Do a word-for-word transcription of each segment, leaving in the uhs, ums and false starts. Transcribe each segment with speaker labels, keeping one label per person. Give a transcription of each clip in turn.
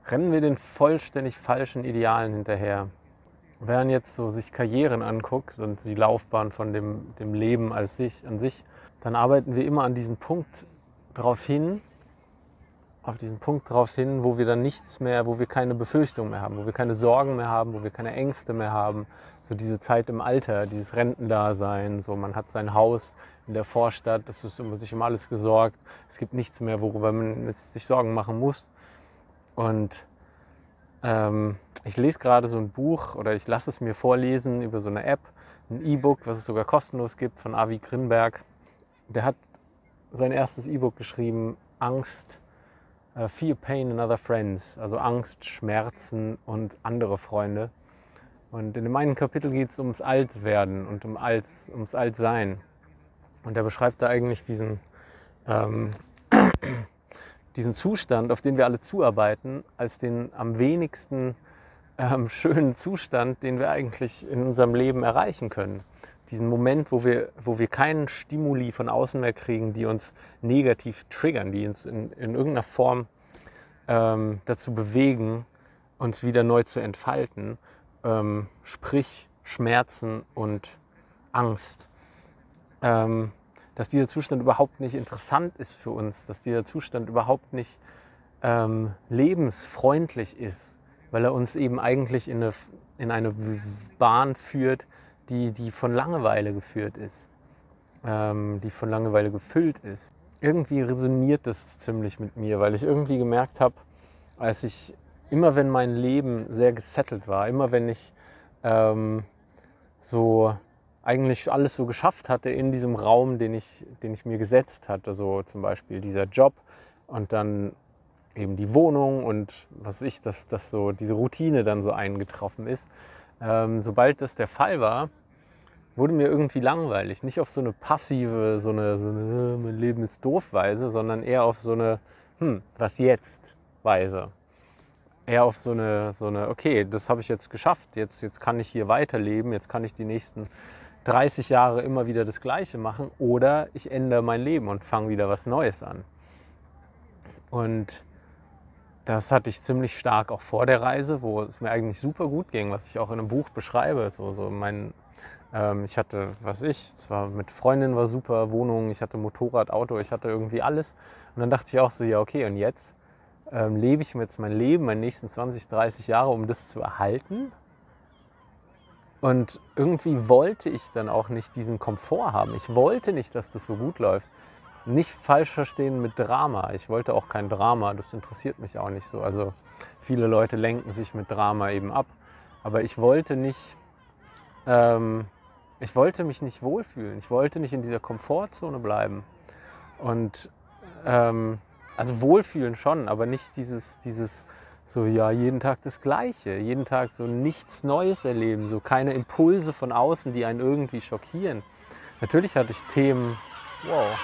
Speaker 1: rennen wir den vollständig falschen Idealen hinterher. Wenn man jetzt so sich Karrieren anguckt und die Laufbahn von dem, dem Leben als sich, an sich, dann arbeiten wir immer an diesen Punkt drauf hin, auf diesen Punkt drauf hin, wo wir dann nichts mehr, wo wir keine Befürchtungen mehr haben, wo wir keine Sorgen mehr haben, wo wir keine Ängste mehr haben. So diese Zeit im Alter, dieses Rentendasein, so man hat sein Haus in der Vorstadt, das ist um sich um alles gesorgt. Es gibt nichts mehr, worüber man sich Sorgen machen muss. Und ähm, ich lese gerade so ein Buch oder ich lasse es mir vorlesen über so eine App, ein E-Book, was es sogar kostenlos gibt von Avi Grinberg. Der hat sein erstes E-Book geschrieben, Angst, uh, Fear, Pain and Other Friends, also Angst, Schmerzen und andere Freunde. Und in dem einen Kapitel geht es ums Altwerden und um Alt, ums Altsein. Und er beschreibt da eigentlich diesen, ähm, diesen Zustand, auf den wir alle zuarbeiten, als den am wenigsten ähm, schönen Zustand, den wir eigentlich in unserem Leben erreichen können. Diesen Moment, wo wir, wo wir keinen Stimuli von außen mehr kriegen, die uns negativ triggern, die uns in, in irgendeiner Form ähm, dazu bewegen, uns wieder neu zu entfalten, ähm, sprich Schmerzen und Angst. Ähm, dass dieser Zustand überhaupt nicht interessant ist für uns, dass dieser Zustand überhaupt nicht ähm, lebensfreundlich ist, weil er uns eben eigentlich in eine, in eine Bahn führt, die, die von Langeweile geführt ist, ähm, die von Langeweile gefüllt ist. Irgendwie resoniert das ziemlich mit mir, weil ich irgendwie gemerkt habe, als ich immer wenn mein Leben sehr gesettelt war, immer wenn ich ähm, so eigentlich alles so geschafft hatte in diesem Raum, den ich, den ich mir gesetzt hatte, so zum Beispiel dieser Job und dann eben die Wohnung und was weiß ich, dass, dass so diese Routine dann so eingetroffen ist. Ähm, sobald das der Fall war, wurde mir irgendwie langweilig. Nicht auf so eine passive, so eine, so eine mein Leben ist doof Weise, sondern eher auf so eine, hm, was jetzt Weise. Eher auf so eine, so eine okay, das habe ich jetzt geschafft, jetzt, jetzt kann ich hier weiterleben, jetzt kann ich die nächsten dreißig Jahre immer wieder das Gleiche machen oder ich ändere mein Leben und fange wieder was Neues an. Und das hatte ich ziemlich stark auch vor der Reise, wo es mir eigentlich super gut ging, was ich auch in einem Buch beschreibe. So, so mein, ähm, ich hatte, was ich, zwar mit Freundin war super, Wohnung, ich hatte Motorrad, Auto, ich hatte irgendwie alles. Und dann dachte ich auch so, ja okay, und jetzt ähm, lebe ich jetzt mein Leben, meine nächsten zwanzig, dreißig Jahre, um das zu erhalten? Und irgendwie wollte ich dann auch nicht diesen Komfort haben. Ich wollte nicht, dass das so gut läuft. Nicht falsch verstehen mit Drama. Ich wollte auch kein Drama, das interessiert mich auch nicht so. Also viele Leute lenken sich mit Drama eben ab. Aber ich wollte nicht, ähm, ich wollte mich nicht wohlfühlen. Ich wollte nicht in dieser Komfortzone bleiben. Und ähm, also wohlfühlen schon, aber nicht dieses, dieses so ja, jeden Tag das Gleiche, jeden Tag so nichts Neues erleben, so keine Impulse von außen, die einen irgendwie schockieren. Natürlich hatte ich Themen, wow.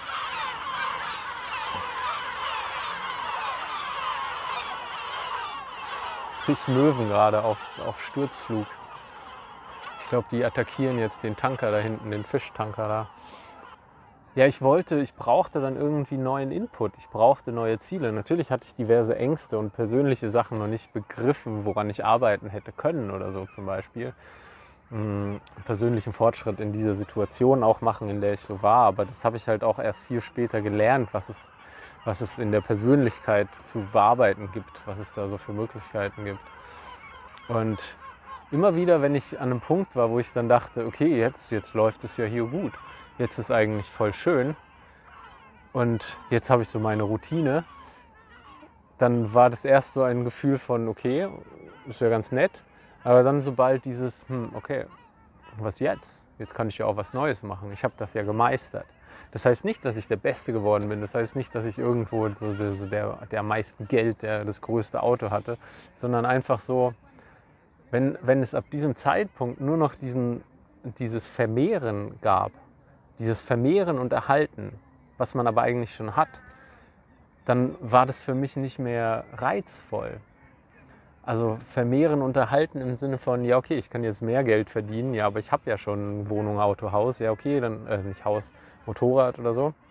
Speaker 1: Zig Möwen gerade auf, auf Sturzflug. Ich glaube, die attackieren jetzt den Tanker da hinten, den Fischtanker da. Ja, ich wollte, ich brauchte dann irgendwie neuen Input, ich brauchte neue Ziele. Natürlich hatte ich diverse Ängste und persönliche Sachen noch nicht begriffen, woran ich arbeiten hätte können oder so zum Beispiel. Einen persönlichen Fortschritt in dieser Situation auch machen, in der ich so war. Aber das habe ich halt auch erst viel später gelernt, was es, was es in der Persönlichkeit zu bearbeiten gibt, was es da so für Möglichkeiten gibt. Und immer wieder, wenn ich an einem Punkt war, wo ich dann dachte, okay, jetzt, jetzt läuft es ja hier gut. Jetzt ist eigentlich voll schön und jetzt habe ich so meine Routine, dann war das erst so ein Gefühl von, okay, ist ja ganz nett, aber dann sobald dieses, hm, okay, was jetzt? Jetzt kann ich ja auch was Neues machen. Ich habe das ja gemeistert. Das heißt nicht, dass ich der Beste geworden bin, das heißt nicht, dass ich irgendwo so der, so der, der am meisten Geld, der das größte Auto hatte, sondern einfach so, wenn, wenn es ab diesem Zeitpunkt nur noch diesen, dieses Vermehren gab, dieses Vermehren und Erhalten, was man aber eigentlich schon hat, dann war das für mich nicht mehr reizvoll. Also vermehren und erhalten im Sinne von, ja okay, ich kann jetzt mehr Geld verdienen, ja, aber ich habe ja schon Wohnung, Auto, Haus, ja okay, dann äh, nicht Haus, Motorrad oder so.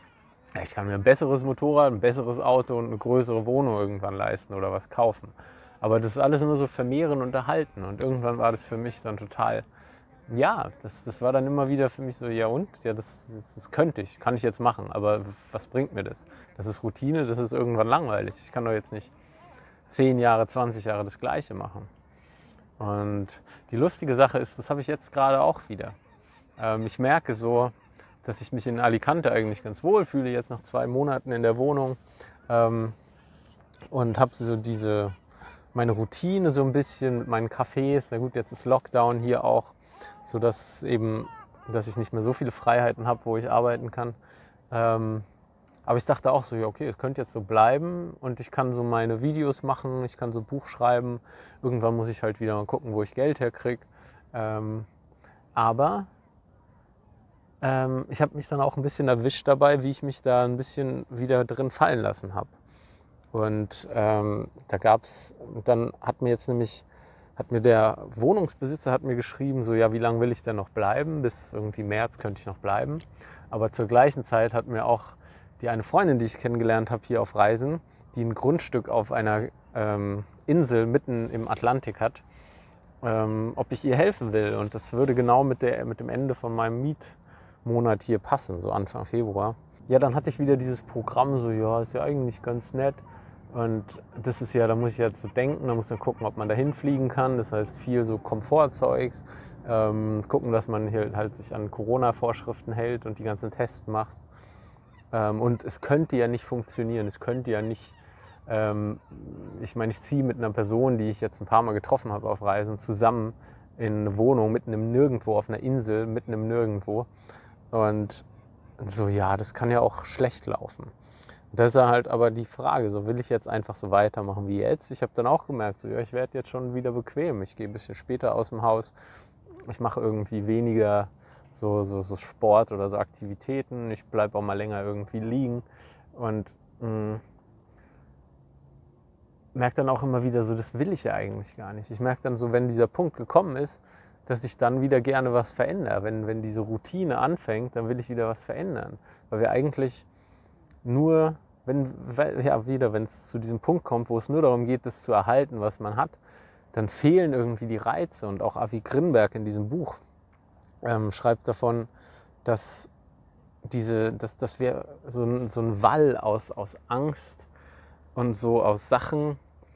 Speaker 1: Ja, ich kann mir ein besseres Motorrad, ein besseres Auto und eine größere Wohnung irgendwann leisten oder was kaufen. Aber das ist alles nur so vermehren und erhalten. Und irgendwann war das für mich dann total, ja, das, das war dann immer wieder für mich so, ja und? Ja, das, das, das könnte ich, kann ich jetzt machen. Aber was bringt mir das? Das ist Routine, das ist irgendwann langweilig. Ich kann doch jetzt nicht zehn Jahre, zwanzig Jahre das Gleiche machen. Und die lustige Sache ist, das habe ich jetzt gerade auch wieder. Ähm, ich merke so, dass ich mich in Alicante eigentlich ganz wohl fühle, jetzt nach zwei Monaten in der Wohnung. Ähm, und habe so diese, meine Routine so ein bisschen mit meinen Cafés. Na gut, jetzt ist Lockdown hier auch, sodass eben, dass ich nicht mehr so viele Freiheiten habe, wo ich arbeiten kann. Ähm, aber ich dachte auch so, ja okay, es könnte jetzt so bleiben und ich kann so meine Videos machen, ich kann so Buch schreiben. Irgendwann muss ich halt wieder mal gucken, wo ich Geld herkriege. Ähm, aber ähm, ich habe mich dann auch ein bisschen erwischt dabei, wie ich mich da ein bisschen wieder drin fallen lassen habe. Und ähm, da gab es, dann hat mir jetzt nämlich, hat mir der Wohnungsbesitzer hat mir geschrieben, so ja, wie lange will ich denn noch bleiben? Bis irgendwie März könnte ich noch bleiben. Aber zur gleichen Zeit hat mir auch die eine Freundin, die ich kennengelernt habe hier auf Reisen, die ein Grundstück auf einer ähm, Insel mitten im Atlantik hat, ähm, ob ich ihr helfen will. Und das würde genau mit, der, mit dem Ende von meinem Mietmonat hier passen, so Anfang Februar. Ja, dann hatte ich wieder dieses Programm, so ja, ist ja eigentlich ganz nett. Und das ist ja, da muss ich jetzt so denken, da muss man gucken, ob man da hinfliegen kann. Das heißt viel so Komfortzeugs, ähm, gucken, dass man hier halt sich an Corona-Vorschriften hält und die ganzen Tests macht. Ähm, und es könnte ja nicht funktionieren, es könnte ja nicht, ähm, ich meine, ich ziehe mit einer Person, die ich jetzt ein paar Mal getroffen habe auf Reisen, zusammen in eine Wohnung mitten im Nirgendwo, auf einer Insel, mitten im Nirgendwo. Und so, ja, das kann ja auch schlecht laufen. Das ist halt aber die Frage, so will ich jetzt einfach so weitermachen wie jetzt? Ich habe dann auch gemerkt, so, ja, ich werde jetzt schon wieder bequem. Ich gehe ein bisschen später aus dem Haus. Ich mache irgendwie weniger so, so, so Sport oder so Aktivitäten. Ich bleibe auch mal länger irgendwie liegen und mh, merke dann auch immer wieder so, das will ich ja eigentlich gar nicht. Ich merke dann so, wenn dieser Punkt gekommen ist, dass ich dann wieder gerne was verändere. Wenn, wenn diese Routine anfängt, dann will ich wieder was verändern. Weil wir eigentlich nur, wenn, ja, wieder, wenn es zu diesem Punkt kommt, wo es nur darum geht, das zu erhalten, was man hat, dann fehlen irgendwie die Reize. Und auch Avi Grinberg in diesem Buch ähm, schreibt davon, dass, diese, dass, dass wir so ein, so ein Wall aus, aus Angst und so aus Sachen,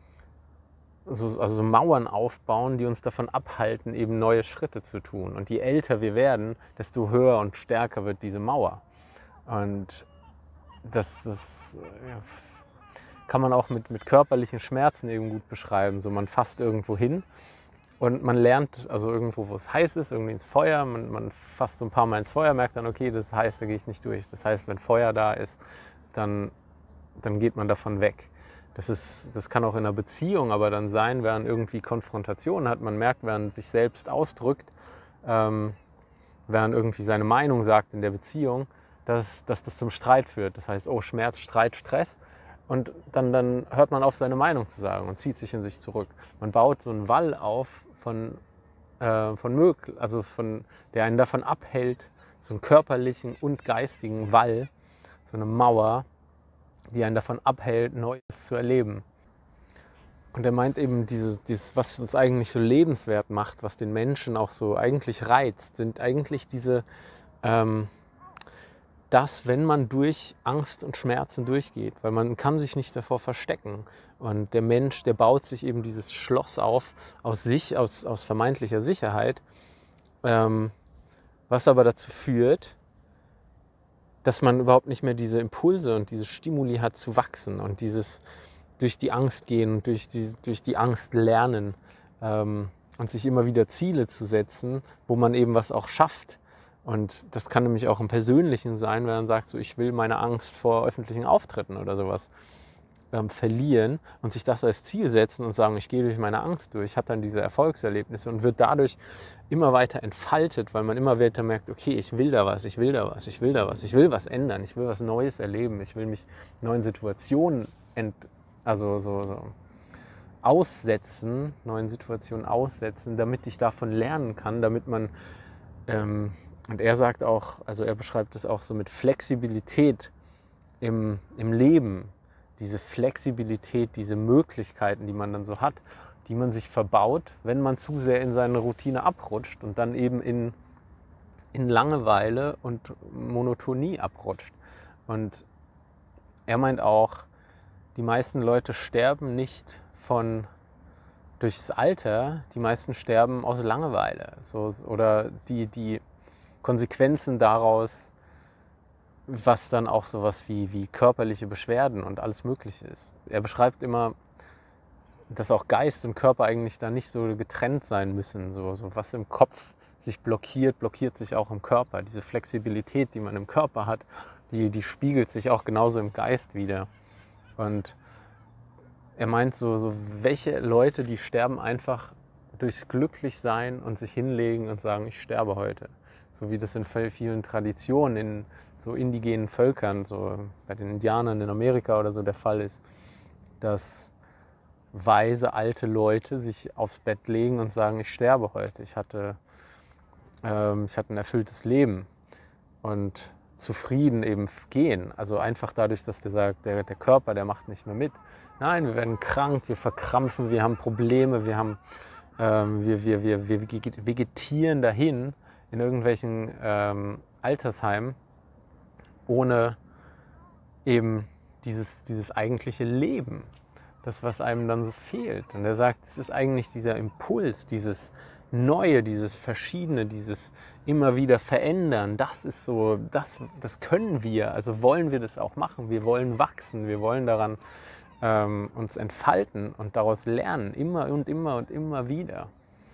Speaker 1: so, also so Mauern aufbauen, die uns davon abhalten, eben neue Schritte zu tun. Und je älter wir werden, desto höher und stärker wird diese Mauer. Und das, das ja, kann man auch mit, mit körperlichen Schmerzen eben gut beschreiben. So, man fasst irgendwo hin und man lernt, also irgendwo, wo es heiß ist, irgendwie ins Feuer, man, man fasst so ein paar Mal ins Feuer, merkt dann, okay, das ist heiß, da gehe ich nicht durch. Das heißt, wenn Feuer da ist, dann, dann geht man davon weg. Das, ist, das kann auch in einer Beziehung aber dann sein, wenn man irgendwie Konfrontationen hat. Man merkt, wenn man sich selbst ausdrückt, ähm, wenn man irgendwie seine Meinung sagt in der Beziehung, dass, dass das zum Streit führt. Das heißt, oh, Schmerz, Streit, Stress. Und dann, dann hört man auf, seine Meinung zu sagen und zieht sich in sich zurück. Man baut so einen Wall auf von, äh, von Mögel, also von, der einen davon abhält, so einen körperlichen und geistigen Wall, so eine Mauer, die einen davon abhält, Neues zu erleben. Und er meint eben, dieses, dieses, was uns eigentlich so lebenswert macht, was den Menschen auch so eigentlich reizt, sind eigentlich diese, ähm, das, wenn man durch Angst und Schmerzen durchgeht, weil man kann sich nicht davor verstecken. Und der Mensch, der baut sich eben dieses Schloss auf, aus sich, aus, aus vermeintlicher Sicherheit, ähm, was aber dazu führt, dass man überhaupt nicht mehr diese Impulse und diese Stimuli hat zu wachsen und dieses durch die Angst gehen und durch die, durch die Angst lernen ähm, und sich immer wieder Ziele zu setzen, wo man eben was auch schafft. Und das kann nämlich auch im Persönlichen sein, wenn man sagt, so, ich will meine Angst vor öffentlichen Auftritten oder sowas ähm, verlieren und sich das als Ziel setzen und sagen, ich gehe durch meine Angst durch, hat dann diese Erfolgserlebnisse und wird dadurch immer weiter entfaltet, weil man immer weiter merkt, okay, ich will da was, ich will da was, ich will da was, ich will was ändern, ich will was Neues erleben, ich will mich neuen Situationen ent, also so, so aussetzen, neuen Situationen aussetzen, damit ich davon lernen kann, damit man ähm, und er sagt auch, also er beschreibt es auch so mit Flexibilität im, im Leben, diese Flexibilität, diese Möglichkeiten, die man dann so hat, die man sich verbaut, wenn man zu sehr in seine Routine abrutscht und dann eben in, in Langeweile und Monotonie abrutscht. Und er meint auch, die meisten Leute sterben nicht von durchs Alter, die meisten sterben aus Langeweile. So, oder die, die Konsequenzen daraus, was dann auch sowas wie, wie körperliche Beschwerden und alles Mögliche ist. Er beschreibt immer, dass auch Geist und Körper eigentlich da nicht so getrennt sein müssen. So, so was im Kopf sich blockiert, blockiert sich auch im Körper. Diese Flexibilität, die man im Körper hat, die, die spiegelt sich auch genauso im Geist wieder. Und er meint so, so, welche Leute, die sterben einfach durchs Glücklichsein und sich hinlegen und sagen, ich sterbe heute. So wie das in vielen Traditionen, in so indigenen Völkern, so bei den Indianern in Amerika oder so der Fall ist, dass weise alte Leute sich aufs Bett legen und sagen, ich sterbe heute. Ich hatte, ähm, ich hatte ein erfülltes Leben und zufrieden eben gehen. Also einfach dadurch, dass der sagt, der, der Körper, der macht nicht mehr mit. Nein, wir werden krank, wir verkrampfen, wir haben Probleme, wir, haben, ähm, wir, wir, wir, wir vegetieren dahin in irgendwelchen ähm, Altersheimen, ohne eben dieses, dieses eigentliche Leben, das, was einem dann so fehlt. Und er sagt, es ist eigentlich dieser Impuls, dieses Neue, dieses Verschiedene, dieses immer wieder Verändern, das ist so, das, das können wir, also wollen wir das auch machen. Wir wollen wachsen, wir wollen daran ähm, uns entfalten und daraus lernen, immer und immer und immer wieder.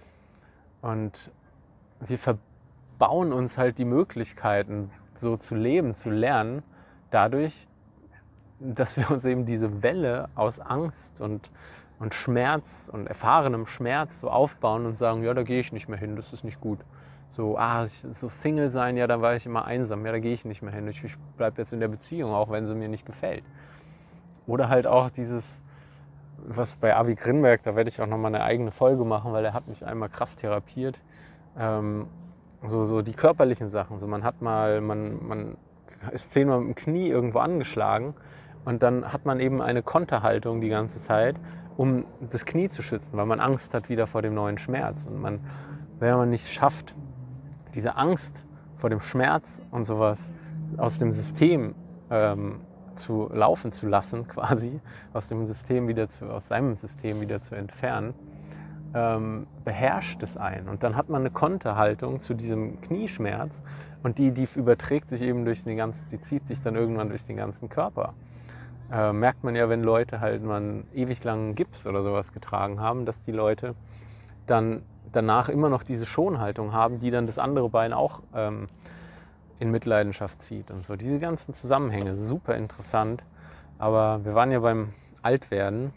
Speaker 1: Und wir verbauen uns halt die Möglichkeiten, so zu leben, zu lernen, dadurch, dass wir uns eben diese Welle aus Angst und, und Schmerz und erfahrenem Schmerz so aufbauen und sagen, ja, da gehe ich nicht mehr hin, das ist nicht gut. So, ah, so Single sein, ja, da war ich immer einsam, ja, da gehe ich nicht mehr hin, ich, ich bleibe jetzt in der Beziehung, auch wenn sie mir nicht gefällt. Oder halt auch dieses, was bei Avi Grinberg, da werde ich auch nochmal eine eigene Folge machen, weil er hat mich einmal krass therapiert, ähm, so, so die körperlichen Sachen, so man hat mal, man, man ist zehnmal mit dem Knie irgendwo angeschlagen und dann hat man eben eine Konterhaltung die ganze Zeit, um das Knie zu schützen, weil man Angst hat wieder vor dem neuen Schmerz. Und man, wenn man nicht schafft, diese Angst vor dem Schmerz und sowas aus dem System ähm, zu laufen zu lassen, quasi, aus dem System wieder zu, aus seinem System wieder zu entfernen, ähm, beherrscht es einen. Und dann hat man eine Konterhaltung zu diesem Knieschmerz und die, die überträgt sich eben durch den ganzen, die zieht sich dann irgendwann durch den ganzen Körper. Äh, merkt man ja, wenn Leute halt mal einen ewig langen Gips oder sowas getragen haben, dass die Leute dann danach immer noch diese Schonhaltung haben, die dann das andere Bein auch ähm, in Mitleidenschaft zieht und so. Diese ganzen Zusammenhänge, super interessant. Aber wir waren ja beim Altwerden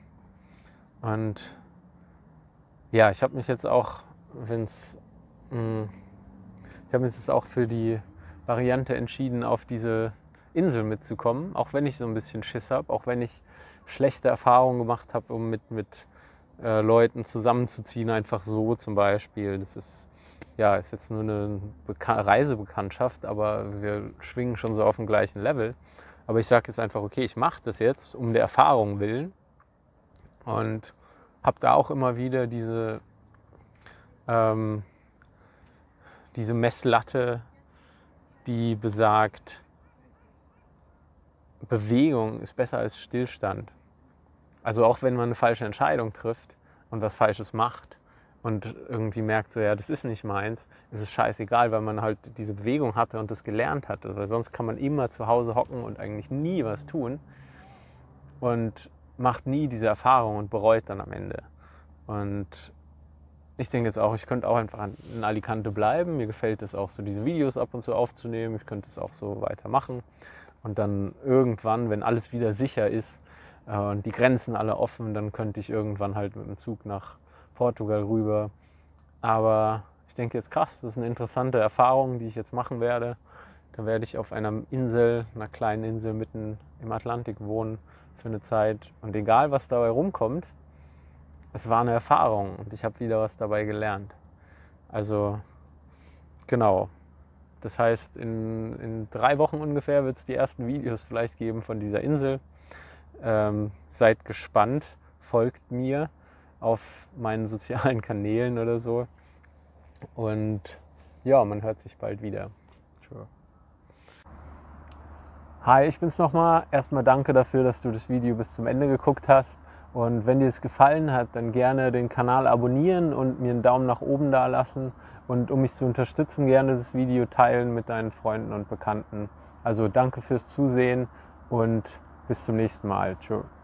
Speaker 1: und ja, ich habe mich jetzt auch, wenn's, mh, ich habe mich jetzt auch für die Variante entschieden, auf diese Insel mitzukommen, auch wenn ich so ein bisschen Schiss habe, auch wenn ich schlechte Erfahrungen gemacht habe, um mit, mit äh, Leuten zusammenzuziehen, einfach so zum Beispiel. Das ist, ja, ist jetzt nur eine Bekan- Reisebekanntschaft, aber wir schwingen schon so auf dem gleichen Level. Aber ich sage jetzt einfach, okay, ich mache das jetzt um der Erfahrung willen und habe da auch immer wieder diese, ähm, diese Messlatte, die besagt, Bewegung ist besser als Stillstand. Also auch wenn man eine falsche Entscheidung trifft und was Falsches macht und irgendwie merkt, so ja, das ist nicht meins, ist es scheißegal, weil man halt diese Bewegung hatte und das gelernt hatte. Weil sonst kann man immer zu Hause hocken und eigentlich nie was tun und macht nie diese Erfahrung und bereut dann am Ende. Und ich denke jetzt auch, ich könnte auch einfach in Alicante bleiben. Mir gefällt es auch so, diese Videos ab und zu aufzunehmen. Ich könnte es auch so weitermachen. Und dann irgendwann, wenn alles wieder sicher ist äh, und die Grenzen alle offen, dann könnte ich irgendwann halt mit dem Zug nach Portugal rüber. Aber ich denke jetzt krass, das ist eine interessante Erfahrung, die ich jetzt machen werde. Da werde ich auf einer Insel, einer kleinen Insel mitten im Atlantik wohnen für eine Zeit. Und egal, was dabei rumkommt, es war eine Erfahrung und ich habe wieder was dabei gelernt. Also genau, Das heißt, in, in drei Wochen ungefähr wird es die ersten Videos vielleicht geben von dieser Insel. Ähm, seid gespannt, folgt mir auf meinen sozialen Kanälen oder so. Und ja, man hört sich bald wieder. Sure. Hi, ich bin's nochmal. Erstmal danke dafür, dass du das Video bis zum Ende geguckt hast. Und wenn dir es gefallen hat, dann gerne den Kanal abonnieren und mir einen Daumen nach oben da lassen. Und um mich zu unterstützen, gerne das Video teilen mit deinen Freunden und Bekannten. Also danke fürs Zusehen und bis zum nächsten Mal. Tschö.